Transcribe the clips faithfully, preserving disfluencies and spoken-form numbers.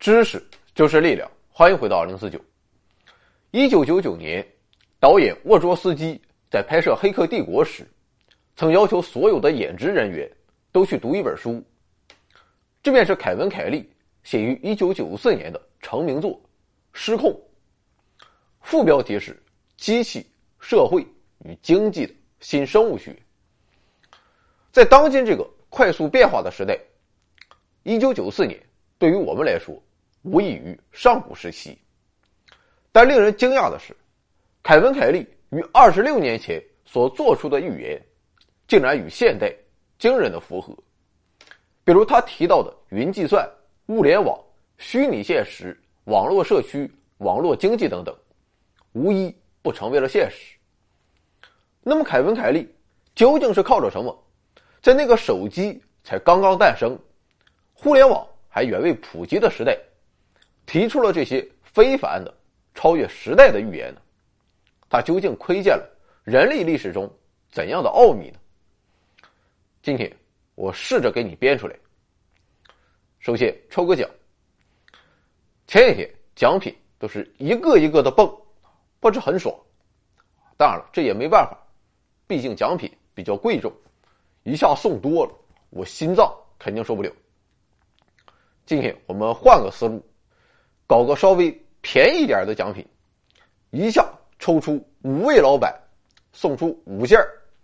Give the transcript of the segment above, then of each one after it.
知识就是力量，欢迎回到二零四九。一九九九年，导演沃卓斯基在拍摄《黑客帝国》时，曾要求所有的演职人员都去读一本书，这便是凯文·凯利写于一九九四年的成名作《失控》，副标题是“机器、社会与经济的新生物学”。在当今这个快速变化的时代，一九九四年对于我们来说无异于上古时期。但令人惊讶的是，凯文·凯利于二十六年前所做出的预言竟然与现代惊人的符合。比如他提到的云计算、物联网、虚拟现实、网络社区、网络经济等等，无一不成为了现实。那么凯文·凯利究竟是靠着什么，在那个手机才刚刚诞生，互联网还远未普及的时代，提出了这些非凡的超越时代的预言呢？他究竟窥见了人类历史中怎样的奥秘呢？今天我试着给你编出来。首先抽个奖，前几天奖品都是一个一个的蹦，不是很爽。当然了，这也没办法，毕竟奖品比较贵重，一下送多了，我心脏肯定受不了。今天我们换个思路，搞个稍微便宜一点的奖品，一下抽出五位老板，送出五件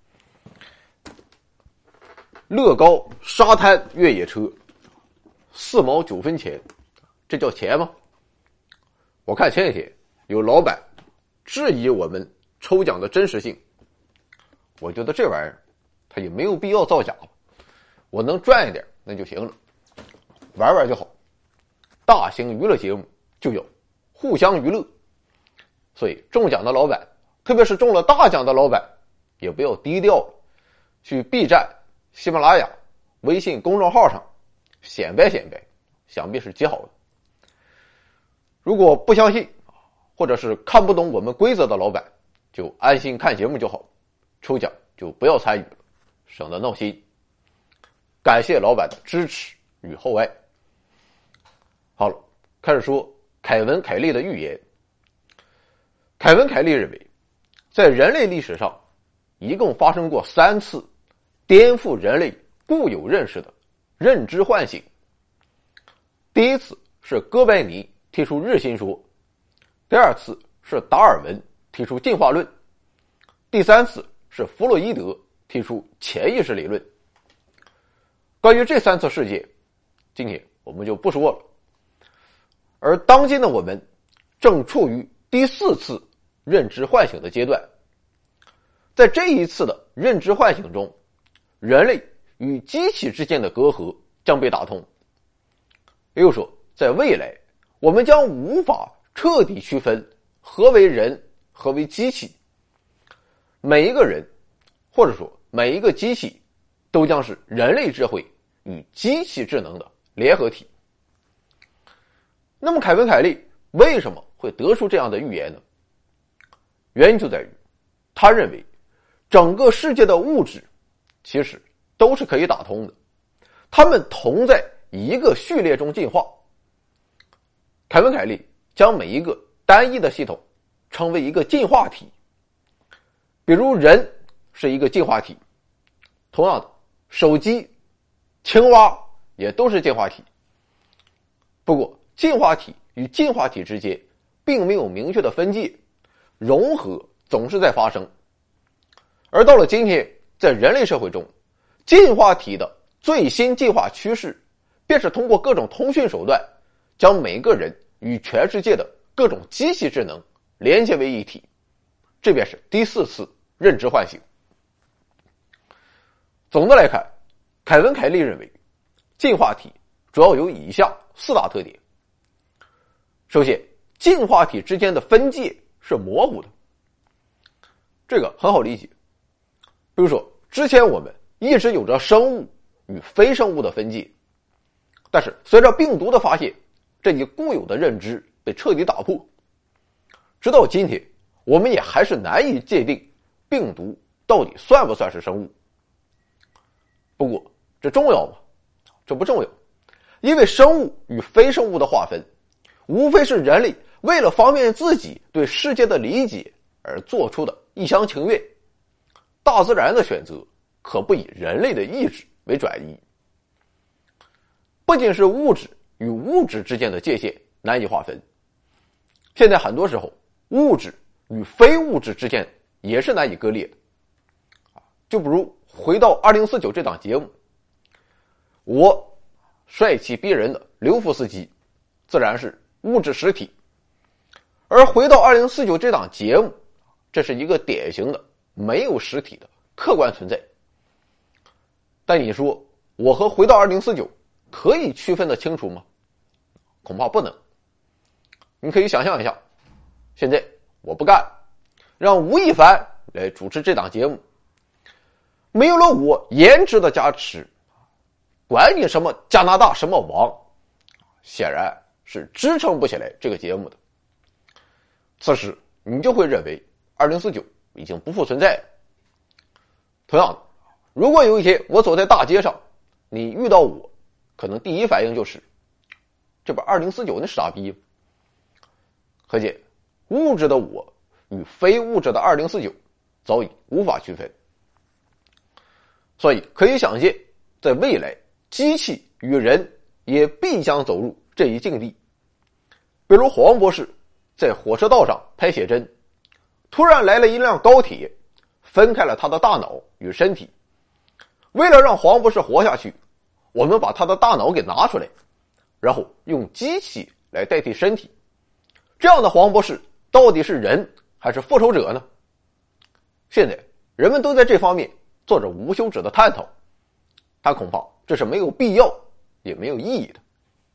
乐高沙滩越野车，四毛九分钱，这叫钱吗？我看前几天有老板质疑我们抽奖的真实性，我觉得这玩意儿他也没有必要造假了，我能赚一点那就行了，玩玩就好。大型娱乐节目就要互相娱乐，所以中奖的老板，特别是中了大奖的老板，也不要低调了，去 B 站、喜马拉雅、微信公众号上显摆显摆，想必是极好的。如果不相信，或者是看不懂我们规则的老板，就安心看节目就好，抽奖就不要参与了，省得闹心。感谢老板的支持与厚爱。好了，开始说凯文·凯利的预言。凯文·凯利认为，在人类历史上一共发生过三次颠覆人类固有认识的认知唤醒。第一次是哥白尼提出日心说，第二次是达尔文提出进化论，第三次是弗洛伊德提出潜意识理论。关于这三次事件，今天我们就不说了。而当今的我们正处于第四次认知唤醒的阶段。在这一次的认知唤醒中，人类与机器之间的隔阂将被打通。也就是说，在未来我们将无法彻底区分何为人何为机器，每一个人或者说每一个机器都将是人类智慧与机器智能的联合体。那么凯文·凯利为什么会得出这样的预言呢？原因就在于他认为整个世界的物质其实都是可以打通的，它们同在一个序列中进化。凯文·凯利将每一个单一的系统称为一个进化体，比如人是一个进化体，同样的，手机、青蛙也都是进化体。不过进化体与进化体之间并没有明确的分界，融合总是在发生。而到了今天，在人类社会中，进化体的最新进化趋势便是通过各种通讯手段将每个人与全世界的各种机器智能连接为一体，这便是第四次认知唤醒。总的来看，凯文·凯利认为进化体主要有以下四大特点。首先，进化体之间的分界是模糊的，这个很好理解。比如说，之前我们一直有着生物与非生物的分界，但是随着病毒的发现，这一固有的认知被彻底打破。直到今天，我们也还是难以界定病毒到底算不算是生物。不过这重要吗？这不重要，因为生物与非生物的划分无非是人类为了方便自己对世界的理解而做出的一厢情愿。大自然的选择可不以人类的意志为转移。不仅是物质与物质之间的界限难以划分，现在很多时候物质与非物质之间也是难以割裂的。就比如回到二零四九这档节目，我帅气逼人的刘夫斯基自然是物质实体，而回到二零四九这档节目，这是一个典型的没有实体的客观存在。但你说我和回到二零四九可以区分得清楚吗？恐怕不能。你可以想象一下，现在我不干，让吴亦凡来主持这档节目，没有了我颜值的加持，管你什么加拿大什么王，显然是支撑不起来这个节目的。此时你就会认为二零四九已经不复存在了。同样的，如果有一天我走在大街上，你遇到我，可能第一反应就是这不二零四九那傻逼。可见物质的我与非物质的二零四九早已无法区分。所以可以想见，在未来机器与人也必将走入这一境地。比如黄博士在火车道上拍写真，突然来了一辆高铁，分开了他的大脑与身体。为了让黄博士活下去，我们把他的大脑给拿出来，然后用机器来代替身体。这样的黄博士到底是人还是复仇者呢？现在人们都在这方面做着无休止的探讨，但恐怕这是没有必要也没有意义的。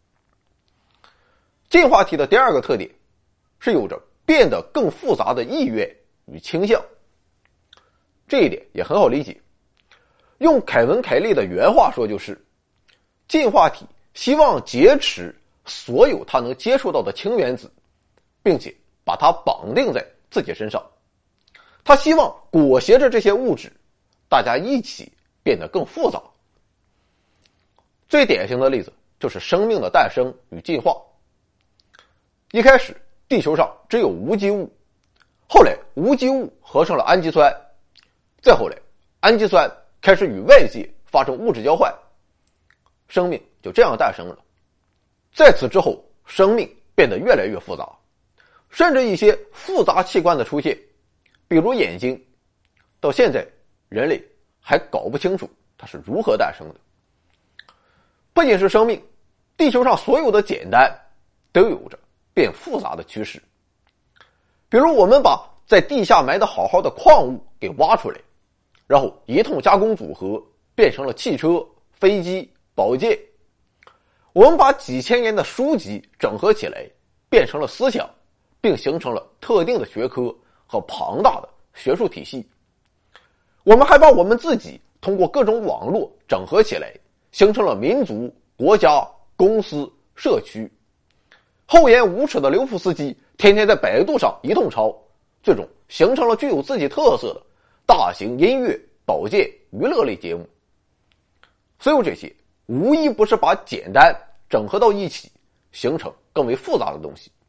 进化体的第二个特点是有着变得更复杂的意愿与倾向。这一点也很好理解，用凯文·凯利的原话说就是，进化体希望劫持所有他能接触到的氢原子，并且把它绑定在自己身上。他希望裹挟着这些物质，大家一起变得更复杂。最典型的例子就是生命的诞生与进化。一开始地球上只有无机物，后来无机物合成了氨基酸，再后来氨基酸开始与外界发生物质交换，生命就这样诞生了。在此之后，生命变得越来越复杂，甚至一些复杂器官的出现，比如眼睛，到现在人类还搞不清楚它是如何诞生的。不仅是生命，地球上所有的简单都有着变复杂的趋势。比如我们把在地下埋得好好的矿物给挖出来，然后一通加工组合变成了汽车、飞机、宝剑。我们把几千年的书籍整合起来变成了思想，并形成了特定的学科和庞大的学术体系。我们还把我们自己通过各种网络整合起来，形成了民族、国家、公司、社区。厚颜无耻的刘夫斯基天天在百度上一通抄，最终形成了具有自己特色的大型音乐、保健、娱乐类节目。所有这些无一不是把简单整合到一起，形成更为复杂的东西。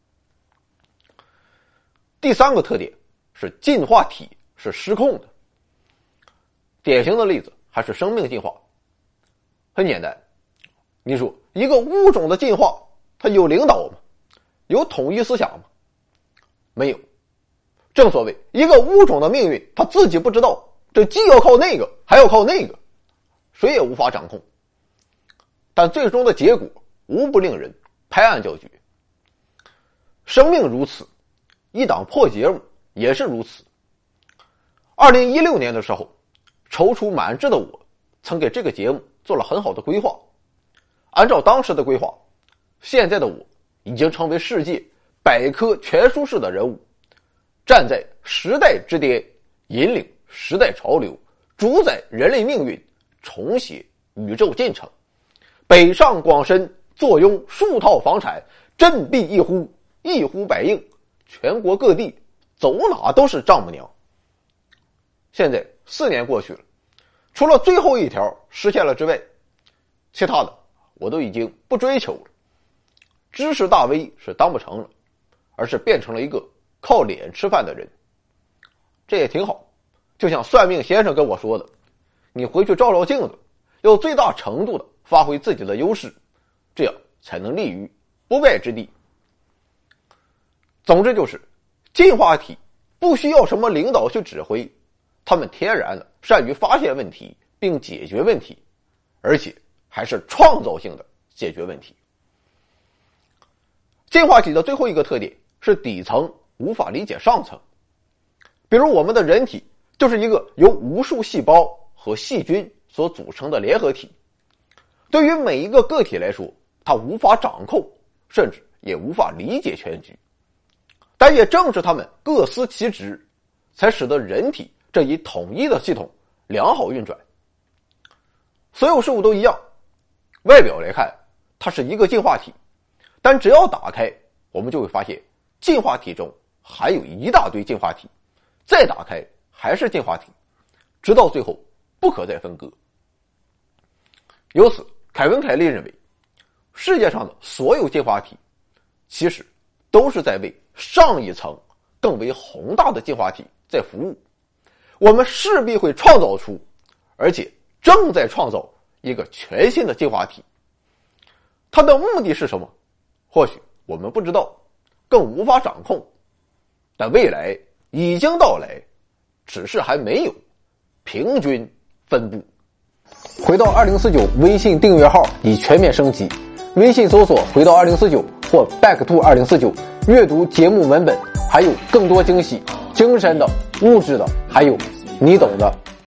第三个特点是进化体是失控的。典型的例子还是生命进化。很简单，你说一个物种的进化，它有领导吗？有统一思想吗？没有。正所谓一个物种的命运它自己不知道，这既要靠那个还要靠那个，谁也无法掌控。但最终的结果无不令人拍案叫绝。生命如此，一档破节目也是如此。二零一六年的时候，踌躇满志的我曾给这个节目做了很好的规划。按照当时的规划，现在的我已经成为世界百科全书式的人物，站在时代之巅，引领时代潮流，主宰人类命运，重写宇宙进程。北上广深坐拥数套房产，振臂一呼，一呼百应，全国各地走哪都是丈母娘。现在四年过去了，除了最后一条实现了之外，其他的我都已经不追求了。 知识大 V 是当不成了，而是变成了一个靠脸吃饭的人。这也挺好，就像算命先生跟我说的，你回去照照镜子，要最大程度的发挥自己的优势，这样才能立于不败之地。总之就是，进化体不需要什么领导去指挥，他们天然的善于发现问题并解决问题，而且还是创造性的解决问题。进化体的最后一个特点是底层无法理解上层，比如我们的人体就是一个由无数细胞和细菌所组成的联合体，对于每一个个体来说，它无法掌控，甚至也无法理解全局。但也正是他们各司其职，才使得人体这一统一的系统良好运转。所有事物都一样，外表来看它是一个进化体，但只要打开，我们就会发现进化体中还有一大堆进化体，再打开还是进化体，直到最后不可再分割。由此，凯文·凯利认为，世界上的所有进化体其实都是在为上一层更为宏大的进化体在服务。我们势必会创造出，而且正在创造一个全新的进化体。它的目的是什么？或许我们不知道，更无法掌控，但未来已经到来，只是还没有平均分布。回到二零四九微信订阅号已全面升级，微信搜索回到二零四九或 back to 二零四九，阅读节目文本，还有更多惊喜，精神的、物质的，还有你懂的。